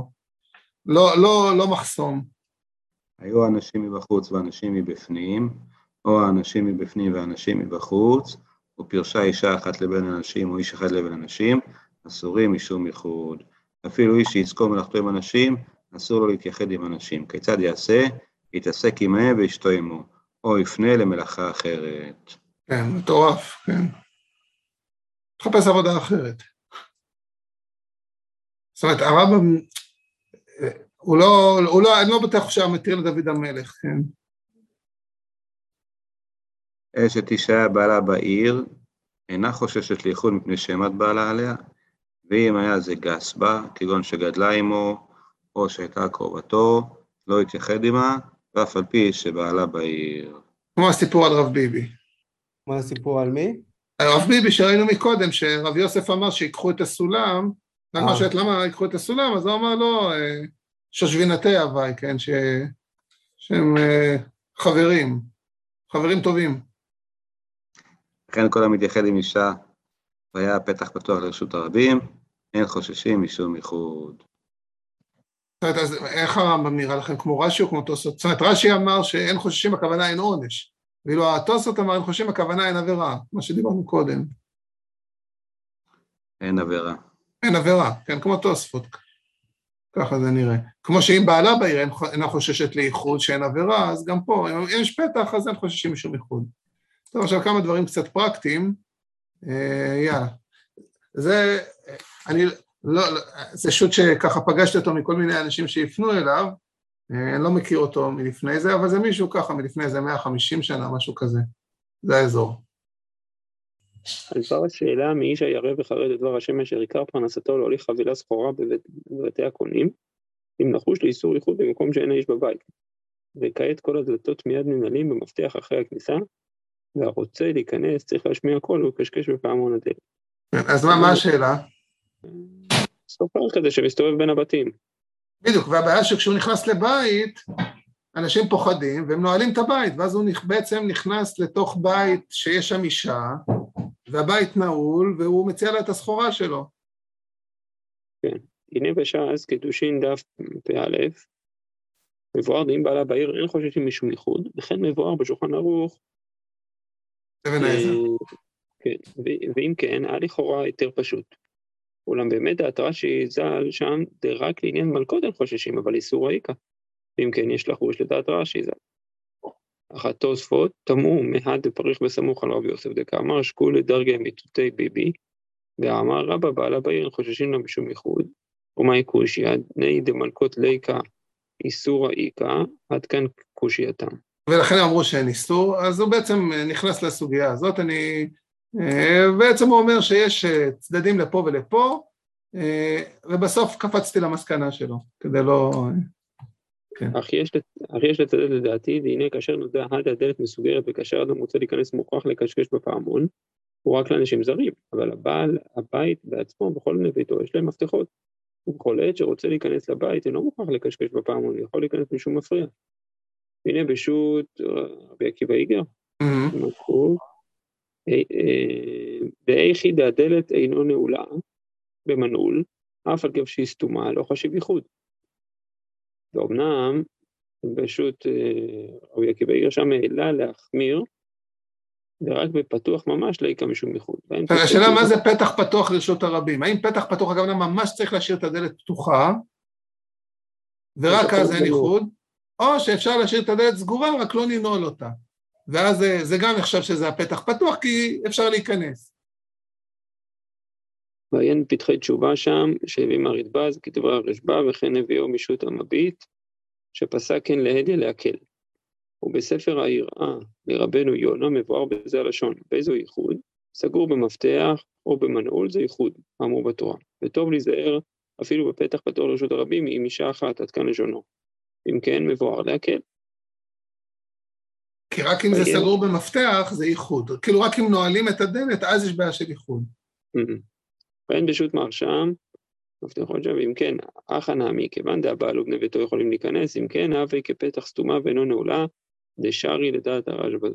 Speaker 1: לא מחסום.
Speaker 4: היו אנשים מבחוץ ואנשים מבפנים, או האנשים מבפנים ואנשים מבחוץ, ופרשה אישה אחת לבין אנשים או איש אחד לבין אנשים, אסורים משום ייחוד. אפילו איש שיזכור מלאכתו עם אנשים, אסור לו להתייחד עם אנשים. כיצד יעשה? יתעסק עמהם ואשתו עמו, או יפנה למלאכה אחרת.
Speaker 1: כן, מטורף, כן. תחפש עבודה אחרת. זאת אומרת, הרמב"ם, אני לא בטוח שהמתיר לדוד המלך, כן.
Speaker 4: אשת אישה בעלה בעיר, אינה חוששת לייחוד מפני שעמד בעלה עליה, ואם היה זה גס בה, כגון שגדלה עמו, או שהייתה קרובתו, לא יתייחד עמה, ואף על פי שבעלה בעיר.
Speaker 1: כמו הסיפור על רב ביבי.
Speaker 2: מה הסיפור על מי?
Speaker 1: על רב ביבי שראינו מקודם, שרב יוסף אמר שיקחו את הסולם, למה שואלת למה ייקחו את הסולם, אז הוא אמר לו, שושבינתי הווי, כן, שהם חברים טובים.
Speaker 4: לכן כל המתייחד עם אישה, והיה פתח פתוח לרשות הרבים, אין חוששים משום ייחוד.
Speaker 1: זאת אומרת, אז איך הרמב"ם נראה לכם, כמו רש"י או כמו תוספות? זאת אומרת, רש"י אמר שאין חוששים, הכוונה אין עונש, ואילו התוספות אמר, אין חוששים, הכוונה אין עבירה, מה שדיברנו קודם.
Speaker 4: אין עבירה.
Speaker 1: אין עבירה, כן, כמו תוספות. ככה זה נראה. כמו שאם בעלה בעיר אינה חוששת לייחוד שאין עבירה, אז גם פה, אם יש פתח, אז אין חוששים משום ייחוד. טוב, עכשיו כמה דברים קצת פרקטיים. יאללה. זה שוט שככה פגשתי אותו מכל מיני אנשים שיפנו אליו, אני לא מכיר אותו מלפני זה, אבל זה מישהו ככה מלפני זה 150 שנה, משהו כזה. זה האזור.
Speaker 3: אז כבר השאלה מאיש הירא וחרד את דבר השם אשר עיקר פרנסתו להוליך חבילה סחורה בבתי הקונים, אם נחוש לאיסור ייחוד במקום שאין האיש בבית. וכעת כל הדלתות מיד ננעלים במפתח אחרי הכניסה, והרוצה להיכנס צריך להשמיע קול וקשקש בפעמון הדלת.
Speaker 1: אז מה השאלה?
Speaker 3: סופר כזה שמסתובב בין הבתים.
Speaker 1: בדיוק, והבעיה שכשהוא נכנס לבית, אנשים פוחדים והם נועלים את הבית, ואז הוא בעצם נכנס לתוך בית שיש שם אישה, והבית נעול, והוא מציע לה את הסחורה שלו.
Speaker 3: כן, הנה בש"ס קידושין דף פ"א, מבואר דין בעלה בעיר אין חוששים משום ייחוד, וכן מבואר בשולחן ערוך.
Speaker 1: אבן העזר.
Speaker 3: כן, ואם כן, היה לכאורה יותר פשוט. אולם באמת דעת רש"י ז"ל שם רק לעניין מלכות אין חוששים, אבל איסור העיקר. ואם כן, יש לחוש לדעת רש"י ז"ל. אך התוספות תמהו מהד ופריך בסמוך על רבי יוסף דקאמר, שקול לדרגי מיתותי ביבי, ואמר רבא בעלה בעיר אין חוששים לה משום ייחוד, ומאי קושיא דני דמלכות ליקה איסור העיקר, עד כאן קושייתם.
Speaker 1: ולכן אמרו שאין איסור, אז הוא בעצם נכנס לסוגיה הזאת, בעצם הוא אומר שיש צדדים לפה ולפה, ובסוף קפצתי למסקנה שלו, כדי לא...
Speaker 3: כן. אך יש לצדד לדעתי, והנה כאשר נודע הדלת מסוגרת וכאשר אדם רוצה להיכנס מוכרח לקשקש בפעמון, הוא רק לאנשים זרים, אבל הבעל, הבית בעצמו, בכל ביתו, יש להם מפתחות. ובכל עת שרוצה להיכנס לבית, אינו מוכרח לקשקש בפעמון, הוא יכול להיכנס משום מפריע. והנה בשו"ת רבי עקיבא איגר, מקור, באיכי דהדלת אינו נעולה במנעול, אף על גב שהיא סתומה, לא חשיב ייחוד. ואומנם, בשו"ת רבי עקיבא איגר שם העלה להחמיר, ורק בפתוח ממש לא יקם משום ייחוד.
Speaker 1: השאלה מה זה פתח פתוח לרשות הרבים? האם פתח פתוח הכוונה ממש צריך להשאיר את הדלת פתוחה, ורק אז אין ייחוד, או שאפשר להשאיר את הדלת סגורה, רק לא ננעול אותה. ואז זה גם נחשב שזה הפתח פתוח, כי אפשר להיכנס.
Speaker 3: ועיין פתחי תשובה שם, שהביא מהרדב"ז, כדברי הרשב"א, וכן הביאו משו"ת המביט, שפסק כן להדיא להקל. ובספר היראה לרבנו יונה מבואר בזה הלשון, באיזו ייחוד, סגור במפתח או במנעול זה ייחוד, אמור בתורה. וטוב להיזהר אפילו בפתח פתוח לרשות הרבים, עם אישה אחת עד כאן לשונו. אם כן, מבואר להקל.
Speaker 1: כי רק אם זה סגור במפתח, זה ייחוד. כאילו רק אם נועלים את הדלת, אז יש בעיה של ייחוד.
Speaker 3: ואין בשו"ת מהרשם, מפתחות שם, אם כן, אחא נעמי, כיוון דהבעל ובני ביתו יכולים להיכנס, אם כן, הווי כפתח סתומה ואינו נעולה, דשארי לדעת הרשב"א.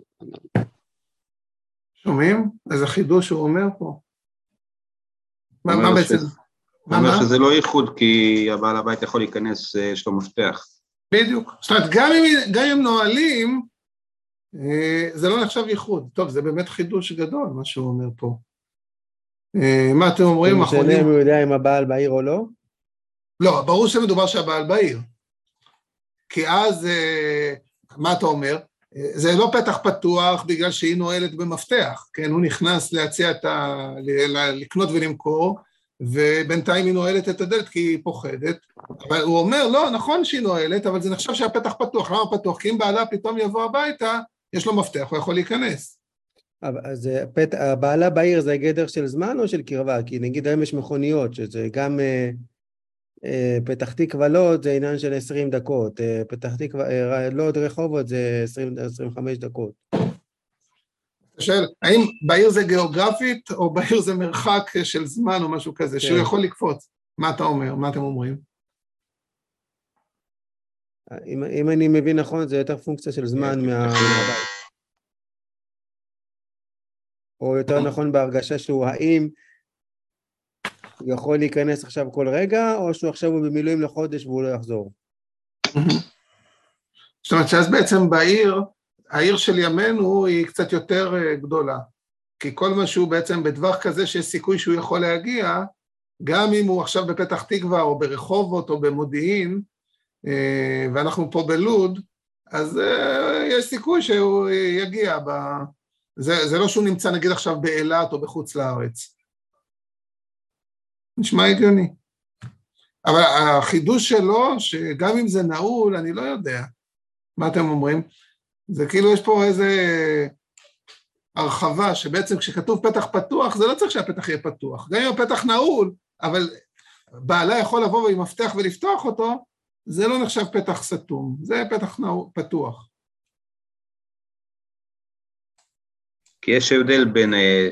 Speaker 1: שומעים? איזה חידוש הוא אומר פה. מה בעצם?
Speaker 4: הוא אומר שזה לא ייחוד, כי הבעל הבית יכול להיכנס, יש לו מפתח.
Speaker 1: בדיוק. זאת אומרת, גם אם נועלים, זה לא נחשב ייחוד. טוב, זה באמת חידוש גדול, מה שהוא אומר פה. מה אתם אומרים?
Speaker 2: הוא משנה אם הוא יודע אם הבעל בעיר או לא?
Speaker 1: לא, ברור שמדובר שהבעל בעיר. כי אז, מה אתה אומר? זה לא פתח פתוח בגלל שהיא נועלת במפתח, כן? הוא נכנס להציע לקנות ולמכור, ובינתיים היא נועלת את הדלת כי היא פוחדת, אבל הוא אומר, לא, נכון שהיא נועלת, אבל זה נחשב שהפתח פתוח. למה פתוח? כי אם בעלה פתאום יבוא הביתה, יש לו מפתח, הוא יכול להיכנס.
Speaker 2: אז הבעלה בעיר זה גדר של זמן או של קרבה? כי נגיד היום יש מכוניות, שזה גם פתח תקווה לוד זה עניין של 20 דקות, פתח תקווה לוד רחובות זה 25 דקות.
Speaker 1: אתה שואל, האם בעיר זה גיאוגרפית או בעיר זה מרחק של זמן או משהו כזה, שהוא יכול לקפוץ? מה אתה אומר? מה אתם אומרים?
Speaker 2: אם אני מבין נכון, זה יותר פונקציה של זמן מהבית. או יותר נכון בהרגשה שהוא האם הוא יכול להיכנס עכשיו כל רגע, או שהוא עכשיו הוא במילואים לחודש והוא לא יחזור.
Speaker 1: זאת אומרת שאז בעצם העיר של ימינו היא קצת יותר גדולה, כי כל משהו בעצם בדבר כזה שיש סיכוי שהוא יכול להגיע, גם אם הוא עכשיו בפתח תקווה או ברחובות או במודיעין, ואנחנו פה בלוד, אז יש סיכוי שהוא יגיע זה לא שהוא נמצא נגיד עכשיו באילת או בחוץ לארץ. נשמע הגיוני. אבל החידוש שלו, שגם אם זה נעול, אני לא יודע. מה אתם אומרים? זה כאילו יש פה איזה הרחבה, שבעצם כשכתוב פתח פתוח, זה לא צריך שהפתח יהיה פתוח. גם אם הפתח נעול, אבל בעלה יכול לבוא עם מפתח ולפתוח אותו, זה לא נחשב פתח סתום. זה פתח פתוח.
Speaker 4: כי יש הבדל בין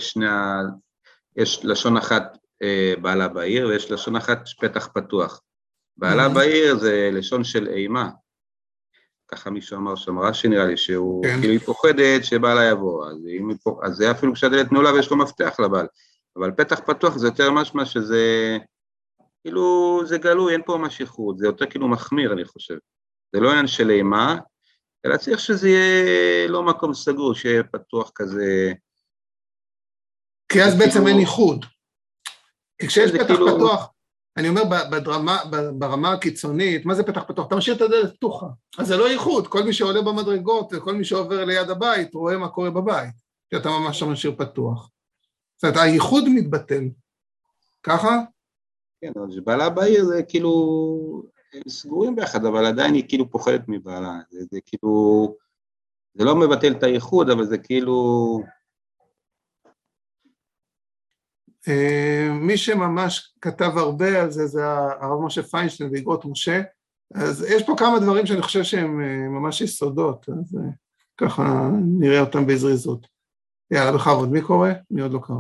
Speaker 4: יש לשון אחת בעלה בעיר, ויש לשון אחת פתח פתוח. בעלה בעיר זה לשון של אימה. ככה מישהו אמר שם, רש"י נראה לי, שהוא כאילו היא פוחדת שבעלה יבוא, אז זה אפילו כשהדלת נעולה ויש לו מפתח לבעל. אבל פתח פתוח זה יותר משמע שזה, כאילו זה גלוי, אין פה ממש ייחוד, זה יותר כאילו מחמיר אני חושב. זה לא עניין של אימה, אלא צריך שזה יהיה לא מקום סגור, שיהיה פתוח כזה.
Speaker 1: כי אז בעצם אין ייחוד. כי כשיש פתח פתוח, אני אומר ברמה הקיצונית, מה זה פתח פתוח? אתה משאיר את הדלת פתוחה. אז זה לא ייחוד, כל מי שעולה במדרגות, וכל מי שעובר ליד הבית, רואה מה קורה בבית, כי אתה ממש משאיר פתוח. זאת אומרת, הייחוד מתבטל. ככה?
Speaker 4: כן, אבל שבעלה בעיר זה כאילו... הם סגורים ביחד, אבל עדיין היא כאילו פוחדת מבעלה, זה כאילו, זה לא מבטל את הייחוד, אבל זה כאילו...
Speaker 1: מי שממש כתב הרבה על זה, זה הרב משה פיינשטיין ואגרות משה, אז יש פה כמה דברים שאני חושב שהם ממש יסודות, אז ככה נראה אותם בזריזות. יאללה, בכבוד, מי קורא? מי עוד לא קרא?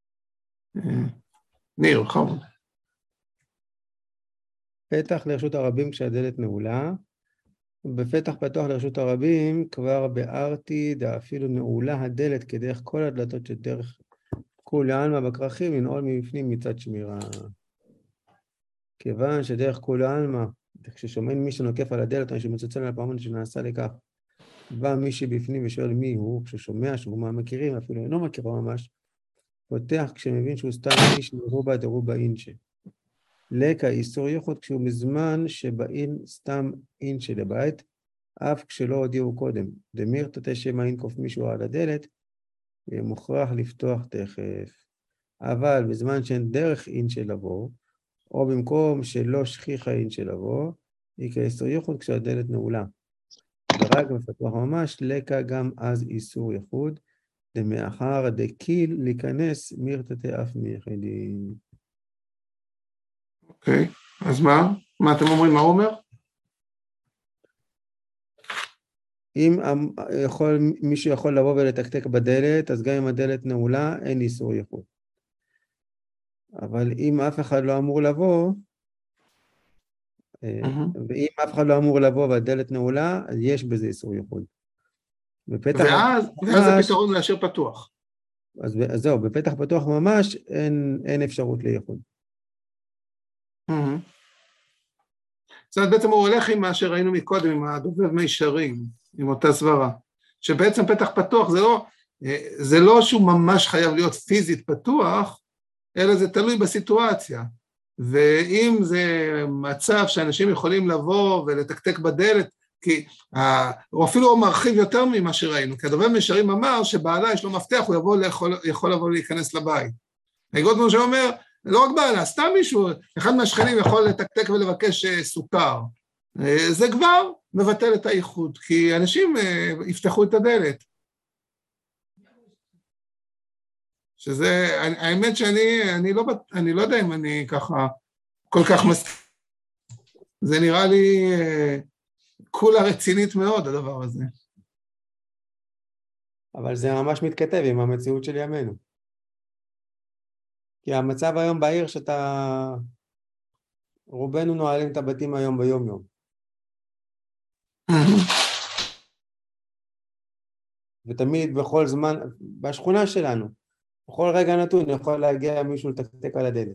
Speaker 1: ניר, בכבוד.
Speaker 2: פתח לרשות הרבים כשהדלת נעולה, בפתח פתוח לרשות הרבים כבר בארתי אפילו נעולה הדלת כדרך כל הדלתות שדרך כולי עלמא בכרכים לנעול מבפנים מצד שמירה. כיוון שדרך כולי עלמא, כששומעים מי שנוקף על הדלת או שמצוצל על הפעמון שנעשה לכך, בא מי שבפנים ושואל מי הוא, כששומע שהוא מה מכירים, אפילו אינו מכירו ממש, פותח כשמבין שהוא סתם איש מרובה דרובה אינשה. לקה איסור ייחוד כשהוא מזמן שבאין סתם אינשה לבית, אף כשלא הודיעו קודם. דמיר תתה שמה ינקוף מישהו על הדלת, מוכרח לפתוח תכף. אבל בזמן שאין דרך אינשה לבוא, או במקום שלא שכיחה אינשה לבוא, היא כאיסור ייחוד כשהדלת נעולה. ורק בפתוח ממש, לקה גם אז איסור ייחוד, דמאחר דקיל להיכנס מירתתי אף מיחידים.
Speaker 1: אוקיי, אז מה אתם אומרים, מה הוא אומר?
Speaker 2: אם מישהו יכול לבוא ולתקתק בדלת, אז גם אם הדלת נעולה, אין איסור ייחוד. אבל אם אף אחד לא אמור לבוא, ואם אף אחד לא אמור לבוא והדלת נעולה, אז יש בזה איסור ייחוד.
Speaker 1: ואז הפתרון להשאיר פתוח.
Speaker 2: אז זהו, בפתח פתוח ממש אין אפשרות לייחוד.
Speaker 1: זאת אומרת, בעצם הוא הולך עם מה שראינו מקודם, עם הדובב מישרים, עם אותה סברה, שבעצם פתח פתוח זה לא שהוא ממש חייב להיות פיזית פתוח, אלא זה תלוי בסיטואציה. ואם זה מצב שאנשים יכולים לבוא ולתקתק בדלת, כי הוא אפילו מרחיב יותר ממה שראינו, כי הדובב מישרים אמר שבעלה יש לו מפתח, הוא יכול לבוא להיכנס לבית. אגרות משה אומר, לא רק בעלה, סתם מישהו, אחד מהשכנים יכול לתקתק ולבקש סוכר. זה כבר מבטל את הייחוד, כי אנשים יפתחו את הדלת. שזה, האמת שאני לא יודע אם אני ככה כל כך זה נראה לי כולה רצינית מאוד, הדבר הזה.
Speaker 2: אבל זה ממש מתכתב עם המציאות של ימינו. כי המצב היום בעיר רובנו נועלים את הבתים היום ביום יום. ותמיד בכל זמן, בשכונה שלנו, בכל רגע נתון יכול להגיע מישהו לתקתק על הדלת.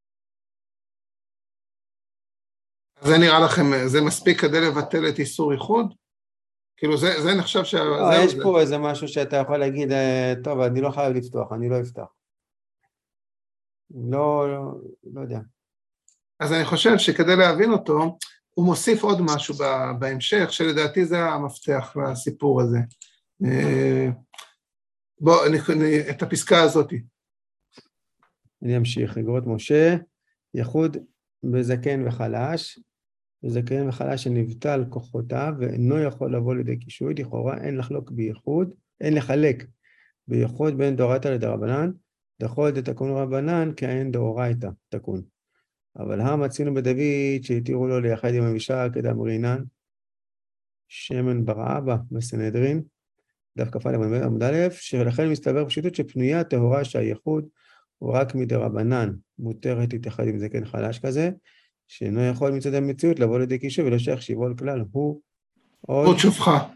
Speaker 1: זה נראה לכם, זה מספיק כדי לבטל את איסור ייחוד? כאילו זה נחשב
Speaker 2: יש פה איזה משהו שאתה יכול להגיד, טוב, אני לא חייב לפתוח, אני לא אפתח. לא יודע.
Speaker 1: אז אני חושב שכדי להבין אותו, הוא מוסיף עוד משהו בהמשך, שלדעתי זה המפתח לסיפור הזה. בוא, את הפסקה הזאת.
Speaker 2: אני אמשיך. אגרות משה, ייחוד בזקן וחלש, בזקן וחלש שנבטל כוחותיו, ואינו יכול לבוא לידי קישוי, לכאורה אין לחלוק בייחוד, אין לחלק בייחוד בין דאורייתא לדרבנן, דחול דתקון רבנן, כאין דאורייתא תקון. אבל מצינו בדוד שהתירו לו לייחד עם אבישע כדאמרינן, שמן בר אבא בסנהדרין, דף כ"א עמוד א', שלכן מסתבר פשיטות שפנויה טהורה שהייחוד הוא רק מדרבנן, מותרת להתייחד עם זקן חלש כזה, שאינו יכול מצד המציאות לבוא לידי קישוי ולא שייך שיבול כלל, הוא
Speaker 1: עוד שופחה.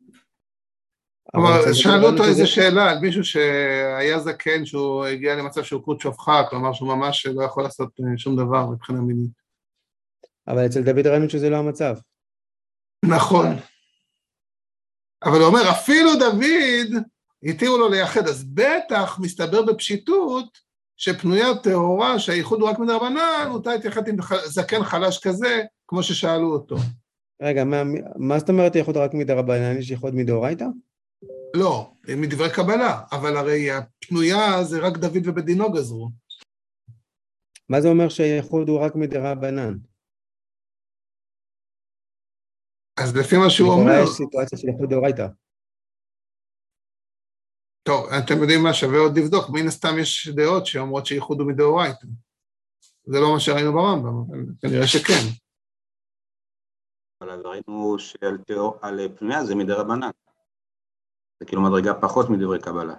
Speaker 1: אבל שאלו אותו איזה שאלה על מישהו שהיה זקן שהוא הגיע למצב שהוא קרות שופחה, כלומר שהוא ממש לא יכול לעשות שום דבר מבחינה מינית.
Speaker 2: אבל אצל דוד ראינו שזה לא המצב.
Speaker 1: נכון. אבל הוא אומר, אפילו דוד התירו לו לייחד, אז בטח מסתבר בפשיטות שפנויה טהורה, שהייחוד הוא רק מדרבנן, אותה התייחד עם זקן חלש כזה, כמו ששאלו אותו.
Speaker 2: רגע, מה זאת אומרת ייחוד רק מדרבנן, יש ייחוד מדאורייתא?
Speaker 1: לא, מדברי קבלה, אבל הרי הפנויה זה רק דוד ובדינו גזרו.
Speaker 2: מה זה אומר שהייחוד הוא רק מדרבנן?
Speaker 1: אז לפי מה שהוא אומר...
Speaker 2: יש סיטואציה של ייחוד דאורייתא.
Speaker 1: טוב, אתם יודעים מה, שווה עוד לבדוק, מן הסתם יש דעות שאומרות שייחוד הוא מדאורייתא. זה לא מה שראינו ברמב"ם, אבל כנראה שכן.
Speaker 4: אבל ראינו שעל פנויה זה מדרבנן. זה כאילו מדרגה פחות מדברי קבלה.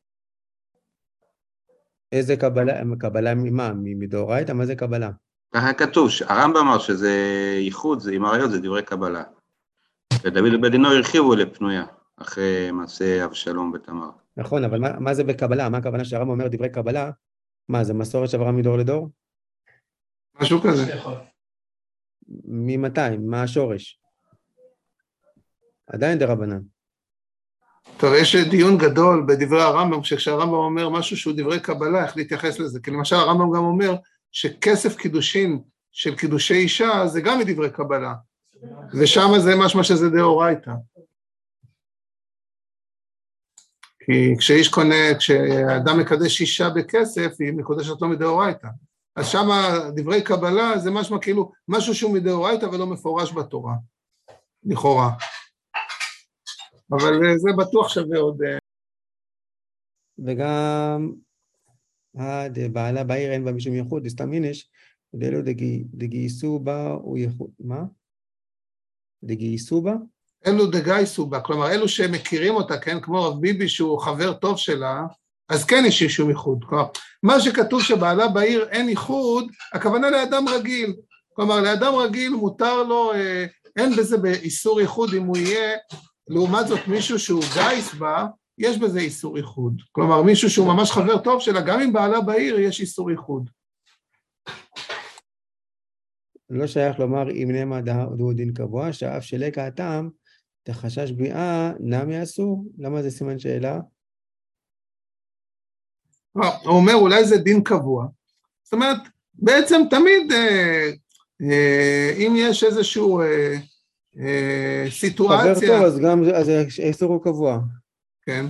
Speaker 2: איזה קבלה? קבלה ממה? מדאורייתא? מה זה קבלה?
Speaker 4: ככה כתוב, הרמב"ם אמר שזה ייחוד, זה עם עריות, זה דברי קבלה. ודוד ובדינו הרחיבו לפנויה, אחרי מעשה אבשלום ותמר.
Speaker 2: נכון, אבל מה זה בקבלה? מה הכוונה שהרמב"ם אומר דברי קבלה? מה, זה מסורת שעברה מדור לדור?
Speaker 1: משהו כזה.
Speaker 2: ממתי? מה השורש? עדיין דרבנן.
Speaker 1: טוב, יש דיון גדול בדברי הרמב"ם, כשהרמב"ם אומר משהו שהוא דברי קבלה, איך להתייחס לזה? כי למשל הרמב"ם גם אומר שכסף קידושין של קידושי אישה זה גם מדברי קבלה, ושם זה משמע שזה דאורייתא. כי כשאדם מקדש אישה בכסף, היא מקודשת לו מדאורייתא. אז שם דברי קבלה זה משמע כאילו משהו שהוא מדאורייתא ולא מפורש בתורה, לכאורה. אבל זה בטוח שווה עוד.
Speaker 2: וגם בעלה בעיר אין בה משום ייחוד, סתם מינש, דלו דגייסו בה הוא ייחוד, מה? דגייסו בה?
Speaker 1: אלו דגייסו בה, כלומר אלו שמכירים אותה, כן, כמו רב ביבי שהוא חבר טוב שלה, אז כן יש שום ייחוד. כלומר, מה שכתוב שבעלה בעיר אין ייחוד, הכוונה לאדם רגיל. כלומר, לאדם רגיל מותר לו, אין בזה באיסור ייחוד אם הוא יהיה, לעומת זאת מישהו שהוא גייס בה, יש בזה איסור ייחוד. כלומר, מישהו שהוא ממש חבר טוב שלה, גם אם בעלה בעיר יש איסור ייחוד.
Speaker 2: לא שייך לומר אם נאמר דהו דין קבוע, שאף שלקה הטעם, תחשש ביאה, נמי אסור? למה זה סימן שאלה?
Speaker 1: הוא אומר, אולי זה דין קבוע. זאת אומרת, בעצם תמיד, אם יש איזשהו סיטואציה...
Speaker 2: חבר טוב, אז גם האיסור הוא קבוע.
Speaker 1: כן.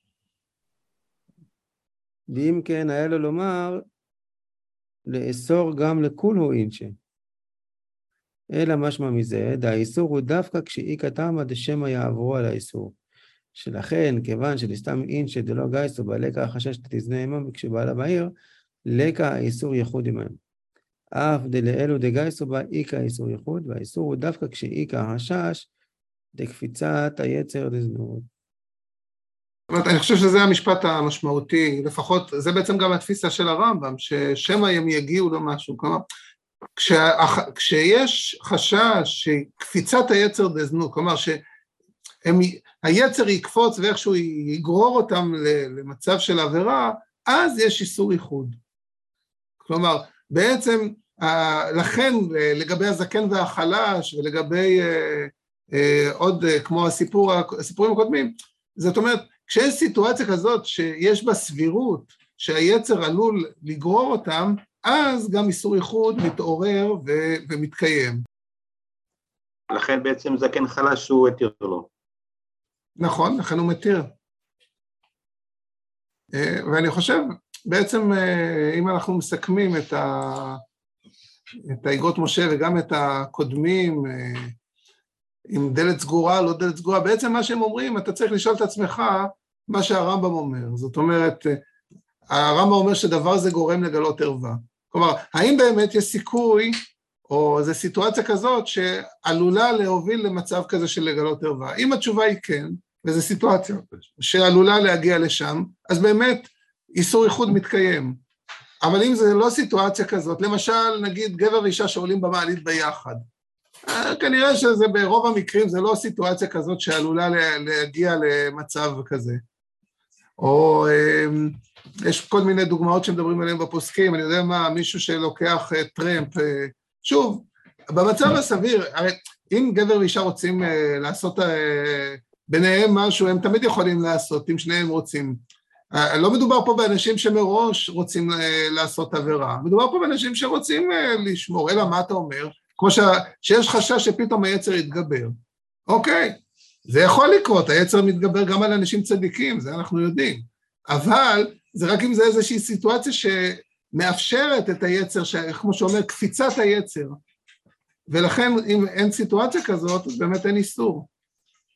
Speaker 2: ואם כן, היה לו לומר, לאסור גם לכולו אינשה. אלא משמע מזה, האיסור הוא דווקא כשאי כתמה דשמא יעברו על האיסור. שלכן, כיוון שלסתם אינשה דלא גייסו בלקה החשש תתזנה עמם, כשבעלה בעיר, לקה האיסור ייחוד עמם. אף דלאלו דגייסו בה איקה האיסור ייחוד, והאיסור הוא דווקא כשאיקה החשש דקפיצת היצר דזנות.
Speaker 1: זאת אומרת, אני חושב שזה המשפט המשמעותי, לפחות, זה בעצם גם התפיסה של הרמב"ם, ששמא הם יגיעו למשהו, כלומר, כשיש חשש שקפיצת היצר דזנות, כלומר שהיצר יקפוץ ואיכשהו יגרור אותם למצב של עבירה, אז יש איסור ייחוד. כלומר, בעצם, לכן לגבי הזקן והחלש ולגבי עוד כמו הסיפורים הקודמים, זאת אומרת, כשיש סיטואציה כזאת שיש בה סבירות שהיצר עלול לגרור אותם, אז גם איסור ייחוד מתעורר ומתקיים.
Speaker 4: לכן בעצם זקן חלש הוא התיר לו.
Speaker 1: נכון, לכן הוא מתיר. ואני חושב, בעצם אם אנחנו מסכמים את האגרות משה וגם את הקודמים, עם דלת סגורה, לא דלת סגורה, בעצם מה שהם אומרים, אתה צריך לשאול את עצמך מה שהרמב"ם אומר. זאת אומרת, הרמב"ם אומר שדבר זה גורם לגלות ערווה. כלומר, האם באמת יש סיכוי, או זו סיטואציה כזאת, שעלולה להוביל למצב כזה של לגלות ערווה? אם התשובה היא כן, וזו סיטואציה שעלולה להגיע לשם, אז באמת איסור ייחוד מתקיים. אבל אם זו לא סיטואציה כזאת, למשל, נגיד גבר ואישה שעולים במעלית ביחד, כנראה שזה ברוב המקרים, זה לא סיטואציה כזאת שעלולה להגיע למצב כזה. או יש כל מיני דוגמאות שמדברים עליהם בפוסקים, אני יודע מה, מישהו שלוקח טרמפ, שוב, במצב הסביר, הרי אם גבר ואישה רוצים לעשות ביניהם משהו, הם תמיד יכולים לעשות, אם שניהם רוצים. לא מדובר פה באנשים שמראש רוצים לעשות עבירה, מדובר פה באנשים שרוצים לשמור, אלא מה אתה אומר? כמו שיש חשש שפתאום היצר יתגבר. אוקיי, זה יכול לקרות, היצר מתגבר גם על אנשים צדיקים, זה אנחנו יודעים, אבל זה רק אם זה איזושהי סיטואציה שמאפשרת את היצר, כמו שאומר, קפיצת היצר, ולכן אם אין סיטואציה כזאת, אז באמת אין איסור.